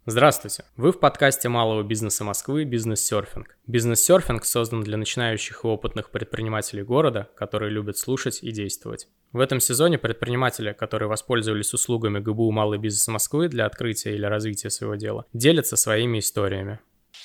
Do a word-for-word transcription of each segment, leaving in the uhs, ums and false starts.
Здравствуйте! Вы в подкасте малого бизнеса Москвы «Бизнес-серфинг». Бизнес-серфинг создан для начинающих и опытных предпринимателей города, которые любят слушать и действовать. В этом сезоне предприниматели, которые воспользовались услугами ГБУ «Малый бизнес Москвы» для открытия или развития своего дела, делятся своими историями.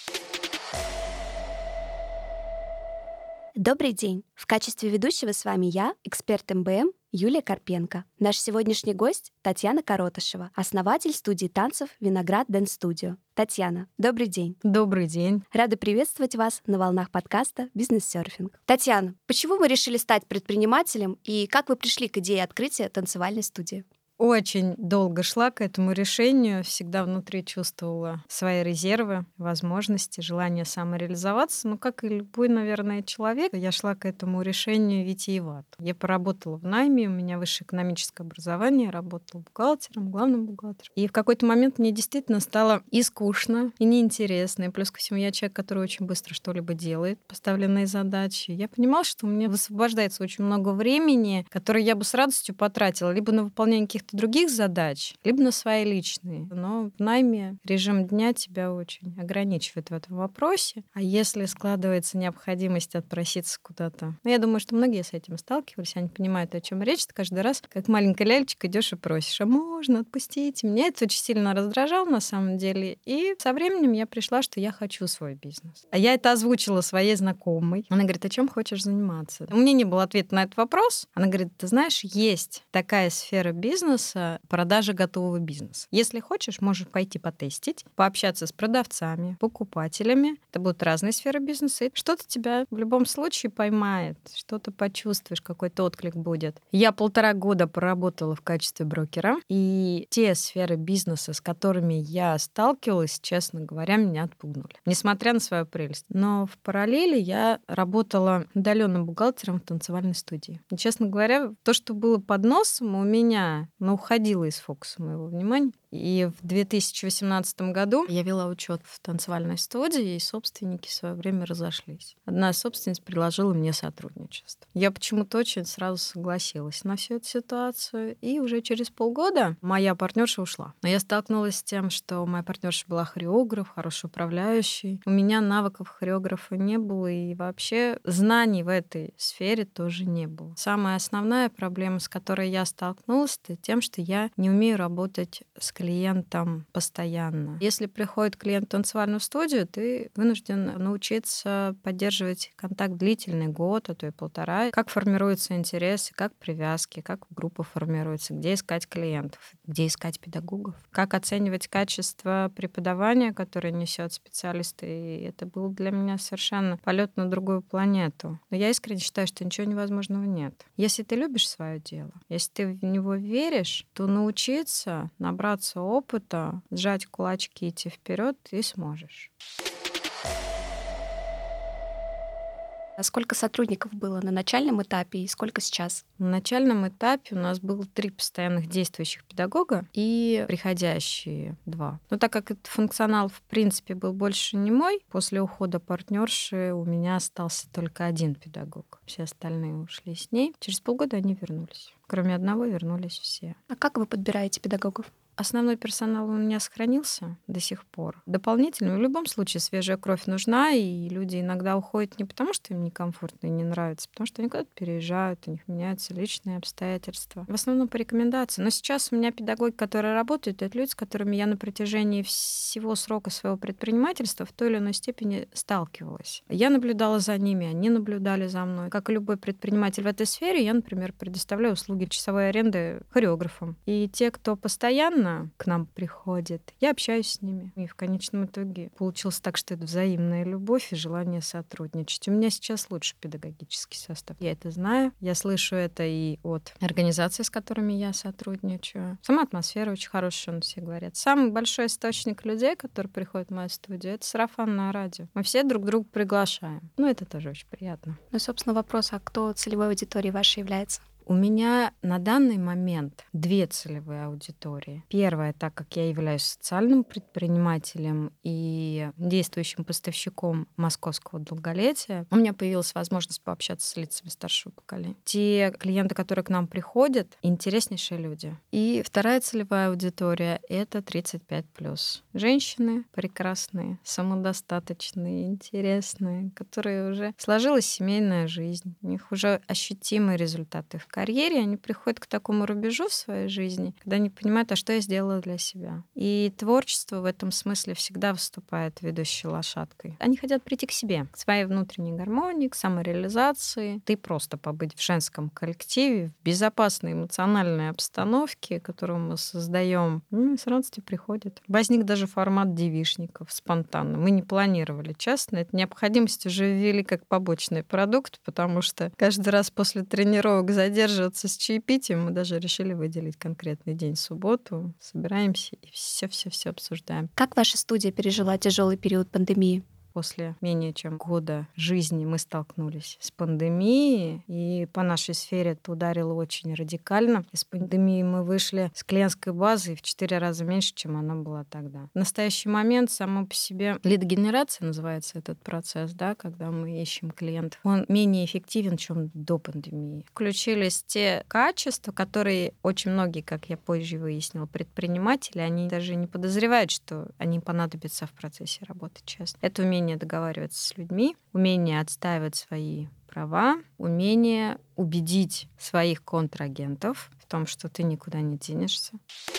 Добрый день! В качестве ведущего с вами я, эксперт эм бэ эм Юлия Карпенко. Наш сегодняшний гость — Татьяна Коротышева, основатель студии танцев «Виноград Дэнс Студио». Татьяна, добрый день. Добрый день. Рада приветствовать вас на волнах подкаста «Бизнес-серфинг». Татьяна, почему вы решили стать предпринимателем и как вы пришли к идее открытия танцевальной студии? Очень долго шла к этому решению, всегда внутри чувствовала свои резервы, возможности, желание самореализоваться. Ну, как и любой, наверное, человек, я шла к этому решению витиевато. Я поработала в найме, у меня высшее экономическое образование, работала бухгалтером, главным бухгалтером. И в какой-то момент мне действительно стало и скучно, и неинтересно. И плюс ко всему я человек, который очень быстро что-либо делает, поставленные задачи. Я понимала, что у меня высвобождается очень много времени, которое я бы с радостью потратила либо на выполнение каких-то других задач, либо на свои личные. Но в найме режим дня тебя очень ограничивает в этом вопросе. А если складывается необходимость отпроситься куда-то, ну, я думаю, что многие с этим сталкивались, они понимают, о чем речь. Ты каждый раз, как маленькая лялечка, идешь и просишь: а можно, отпустите. Меня это очень сильно раздражало на самом деле. И со временем я пришла, что я хочу свой бизнес. А я это озвучила своей знакомой. Она говорит: о чем хочешь заниматься? У меня не было ответа на этот вопрос. Она говорит: ты знаешь, есть такая сфера бизнеса, продажи готового бизнеса. Если хочешь, можешь пойти потестить, пообщаться с продавцами, покупателями. Это будут разные сферы бизнеса. И что-то тебя в любом случае поймает, что-то почувствуешь, какой-то отклик будет. Я полтора года проработала в качестве брокера, и те сферы бизнеса, с которыми я сталкивалась, честно говоря, меня отпугнули. Несмотря на свою прелесть. Но в параллели я работала удаленным бухгалтером в танцевальной студии. И, честно говоря, то, что было под носом у меня, но уходила из фокуса моего внимания. И в две тысячи восемнадцатом году я вела учет в танцевальной студии, и собственники в свое время разошлись. Одна собственница предложила мне сотрудничество. Я почему-то очень сразу согласилась на всю эту ситуацию, и уже через полгода моя партнерша ушла. Но я столкнулась с тем, что моя партнерша была хореограф, хороший управляющий. У меня навыков хореографа не было, и вообще знаний в этой сфере тоже не было. Самая основная проблема, с которой я столкнулась, это тем, что я не умею работать с клиентом постоянно. Если приходит клиент в танцевальную студию, ты вынужден научиться поддерживать контакт длительный год, а то и полтора. Как формируются интересы, как привязки, как группа формируется, где искать клиентов, где искать педагогов, как оценивать качество преподавания, которое несет специалист. И это был для меня совершенно полет на другую планету. Но я искренне считаю, что ничего невозможного нет. Если ты любишь свое дело, если ты в него веришь, то научиться, набраться опыта, сжать кулачки, идти вперед, ты сможешь. А сколько сотрудников было на начальном этапе и сколько сейчас? На начальном этапе у нас было три постоянных действующих педагога и приходящие два. Но так как этот функционал, в принципе, был больше не мой, после ухода партнерши у меня остался только один педагог. Все остальные ушли с ней. Через полгода они вернулись. Кроме одного вернулись все. А как вы подбираете педагогов? Основной персонал у меня сохранился до сих пор. Дополнительно, в любом случае, свежая кровь нужна, и люди иногда уходят не потому, что им некомфортно и не нравится, потому что они куда-то переезжают, у них меняются личные обстоятельства. В основном по рекомендации. Но сейчас у меня педагоги, которые работают, это люди, с которыми я на протяжении всего срока своего предпринимательства в той или иной степени сталкивалась. Я наблюдала за ними, они наблюдали за мной. Как и любой предприниматель в этой сфере, я, например, предоставляю услуги часовой аренды хореографам. И те, кто постоянно к нам приходит, я общаюсь с ними. И в конечном итоге получилось так, что это взаимная любовь и желание сотрудничать. У меня сейчас лучше педагогический состав. Я это знаю. Я слышу это и от организаций, с которыми я сотрудничаю. Сама атмосфера очень хорошая, все говорят. Самый большой источник людей, которые приходят в мою студию, это сарафанное радио. Мы все друг друга приглашаем. Ну, это тоже очень приятно. Ну, собственно, вопрос, а кто целевой аудиторией вашей является? У меня на данный момент две целевые аудитории. Первая, так как я являюсь социальным предпринимателем и действующим поставщиком московского долголетия, у меня появилась возможность пообщаться с лицами старшего поколения. Те клиенты, которые к нам приходят, интереснейшие люди. И вторая целевая аудитория — это тридцать пять плюс. Женщины прекрасные, самодостаточные, интересные, которые уже сложилась семейная жизнь, у них уже ощутимые результаты в карьере, они приходят к такому рубежу в своей жизни, когда они понимают, а что я сделала для себя. И творчество в этом смысле всегда выступает ведущей лошадкой. Они хотят прийти к себе, к своей внутренней гармонии, к самореализации. Ты просто побыть в женском коллективе, в безопасной эмоциональной обстановке, которую мы создаем, ну, и с радостью приходят. Возник даже формат девичников спонтанно. Мы не планировали, честно. Это необходимость уже ввели как побочный продукт, потому что каждый раз после тренировок задерживаться с чаепитием мы даже решили выделить конкретный день, субботу. Собираемся и все-все-все обсуждаем. Как ваша студия пережила тяжелый период пандемии? После менее чем года жизни мы столкнулись с пандемией, и по нашей сфере это ударило очень радикально. Из пандемии мы вышли с клиентской базой в четыре раза меньше, чем она была тогда. В настоящий момент само по себе лид-генерация называется этот процесс, да, когда мы ищем клиентов, он менее эффективен, чем до пандемии. Включились те качества, которые очень многие, как я позже выяснила, предприниматели, они даже не подозревают, что они понадобятся в процессе работы, честно. Это умение договариваться с людьми, умение отстаивать свои права, умение убедить своих контрагентов в том, что ты никуда не денешься.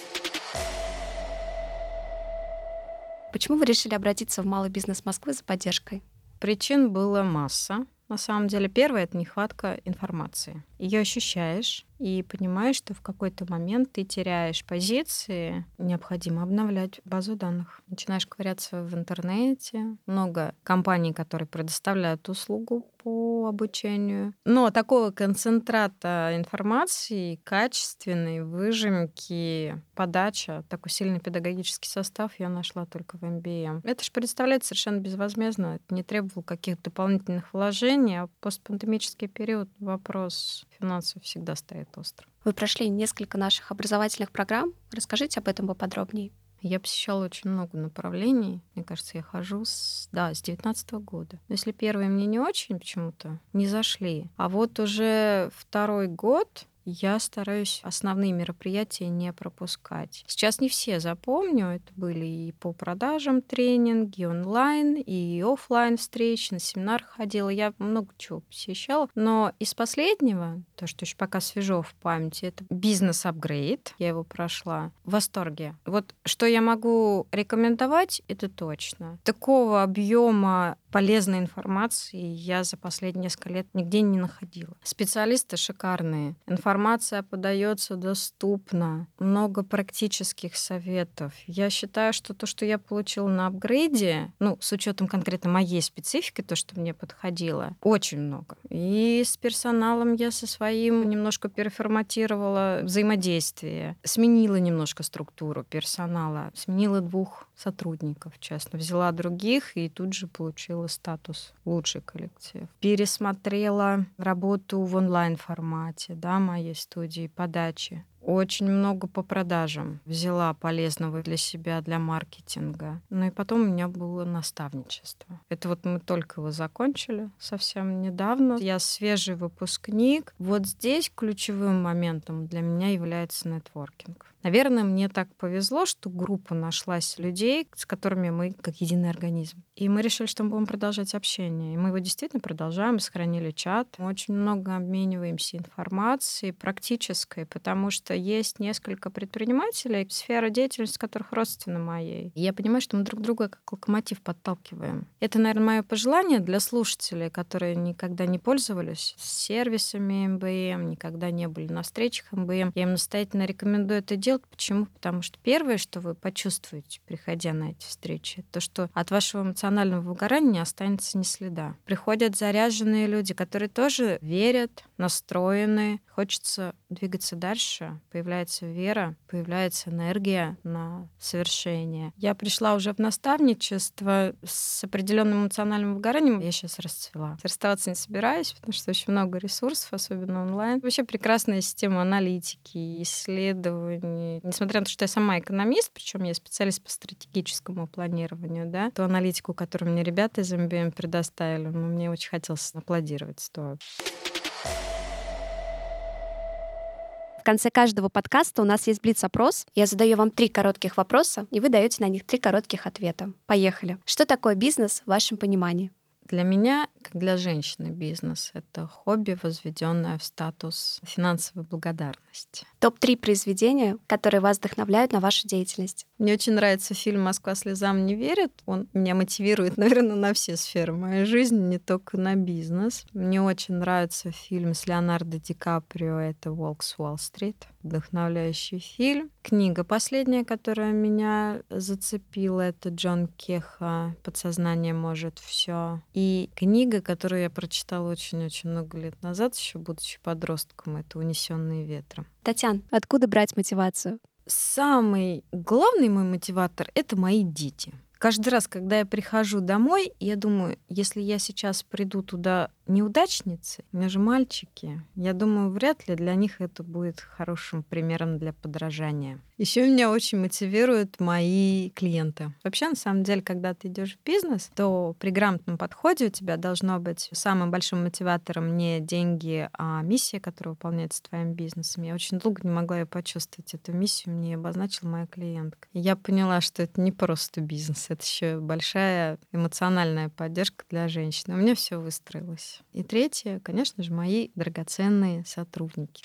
Почему вы решили обратиться в малый бизнес Москвы за поддержкой? Причин было масса. На самом деле, первое — это нехватка информации. Ее ощущаешь и понимаешь, что в какой-то момент ты теряешь позиции, необходимо обновлять базу данных. Начинаешь ковыряться в интернете, много компаний, которые предоставляют услугу по обучению. Но такого концентрата информации, качественной, выжимки, подача, такой сильный педагогический состав я нашла только в эм би эм. Это же представляется совершенно безвозмездно, это не требовало каких-то дополнительных вложений, а в постпандемический период вопрос финансов всегда стоит остро. Вы прошли несколько наших образовательных программ. Расскажите об этом поподробнее. Я посещала очень много направлений. Мне кажется, я хожу с, да, с девятнадцатого года. Но если первые мне не очень почему-то не зашли, а вот уже второй год я стараюсь основные мероприятия не пропускать. Сейчас не все запомню. Это были и по продажам тренинги, онлайн, и офлайн встречи, на семинар ходила. Я много чего посещала. Но из последнего, то, что еще пока свежо в памяти, это бизнес-апгрейд. Я его прошла. В восторге. Вот что я могу рекомендовать, это точно. Такого объема полезной информации я за последние несколько лет нигде не находила. Специалисты шикарные. Информация подается доступно. Много практических советов. Я считаю, что то, что я получила на апгрейде, ну, с учетом конкретно моей специфики, то, что мне подходило, очень много. И с персоналом я со своим немножко переформатировала взаимодействие. Сменила немножко структуру персонала. Сменила двух сотрудников, честно. Взяла других и тут же получила статус лучший коллектив. Пересмотрела работу в онлайн-формате, да, моей студии, подачи. Очень много по продажам взяла полезного для себя, для маркетинга. Ну и потом у меня было наставничество. Это вот мы только его закончили совсем недавно. Я свежий выпускник. Вот здесь ключевым моментом для меня является нетворкинг. Наверное, мне так повезло, что группа нашлась людей, с которыми мы как единый организм. И мы решили, что мы будем продолжать общение. И мы его действительно продолжаем, сохранили чат. Мы очень много обмениваемся информацией практической, потому что есть несколько предпринимателей, сфера деятельности которых родственна моей. И я понимаю, что мы друг друга как локомотив подталкиваем. Это, наверное, мое пожелание для слушателей, которые никогда не пользовались сервисами эм бэ эм, никогда не были на встречах эм бэ эм. Я им настоятельно рекомендую это делать. Почему? Потому что первое, что вы почувствуете, приходя на эти встречи, то, что от вашего эмоционального выгорания не останется ни следа. Приходят заряженные люди, которые тоже верят, настроены, хочется двигаться дальше, появляется вера, появляется энергия на совершение. Я пришла уже в наставничество с определенным эмоциональным выгоранием. Я сейчас расцвела. Расставаться не собираюсь, потому что очень много ресурсов, особенно онлайн. Вообще прекрасная система аналитики, исследований. Несмотря на то, что я сама экономист, причем я специалист по стратегическому планированию, да, ту аналитику, которую мне ребята из эм би эм предоставили, ну, мне очень хотелось аплодировать стоя. В конце каждого подкаста у нас есть блиц-опрос. Я задаю вам три коротких вопроса, и вы даете на них три коротких ответа. Поехали. Что такое бизнес в вашем понимании? Для меня, как для женщины, бизнес — это хобби, возведенное в статус финансовой благодарности. топ три произведения, которые вас вдохновляют на вашу деятельность. Мне очень нравится фильм «Москва слезам не верит». Он меня мотивирует, наверное, на все сферы моей жизни, не только на бизнес. Мне очень нравится фильм с Леонардо Ди Каприо, это «Волк с Уолл-стрит». Вдохновляющий фильм. Книга последняя, которая меня зацепила, это Джон Кеха «Подсознание может все». И книга, которую я прочитала очень-очень много лет назад, еще будучи подростком, это «Унесенные ветром». Татьяна, откуда брать мотивацию? Самый главный мой мотиватор — это мои дети. Каждый раз, когда я прихожу домой, я думаю, если я сейчас приду туда неудачницей, у меня же мальчики, я думаю, вряд ли для них это будет хорошим примером для подражания. Еще меня очень мотивируют мои клиенты. Вообще, на самом деле, когда ты идешь в бизнес, то при грамотном подходе у тебя должно быть самым большим мотиватором не деньги, а миссия, которая выполняется твоим бизнесом. Я очень долго не могла ее почувствовать. Эту миссию мне обозначила моя клиентка. И я поняла, что это не просто бизнес, это еще большая эмоциональная поддержка для женщины. У меня все выстроилось. И третье, конечно же, мои драгоценные сотрудники.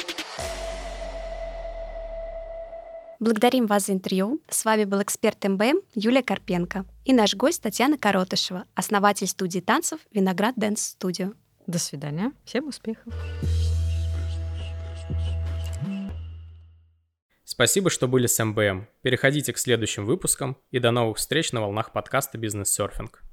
Благодарим вас за интервью. С вами был эксперт эм бэ эм Юлия Карпенко и наш гость Татьяна Коротышева, основатель студии танцев «Виноград Дэнс Студио». До свидания. Всем успехов. Спасибо, что были с эм бэ эм. Переходите к следующим выпускам и до новых встреч на волнах подкаста «Бизнес-серфинг».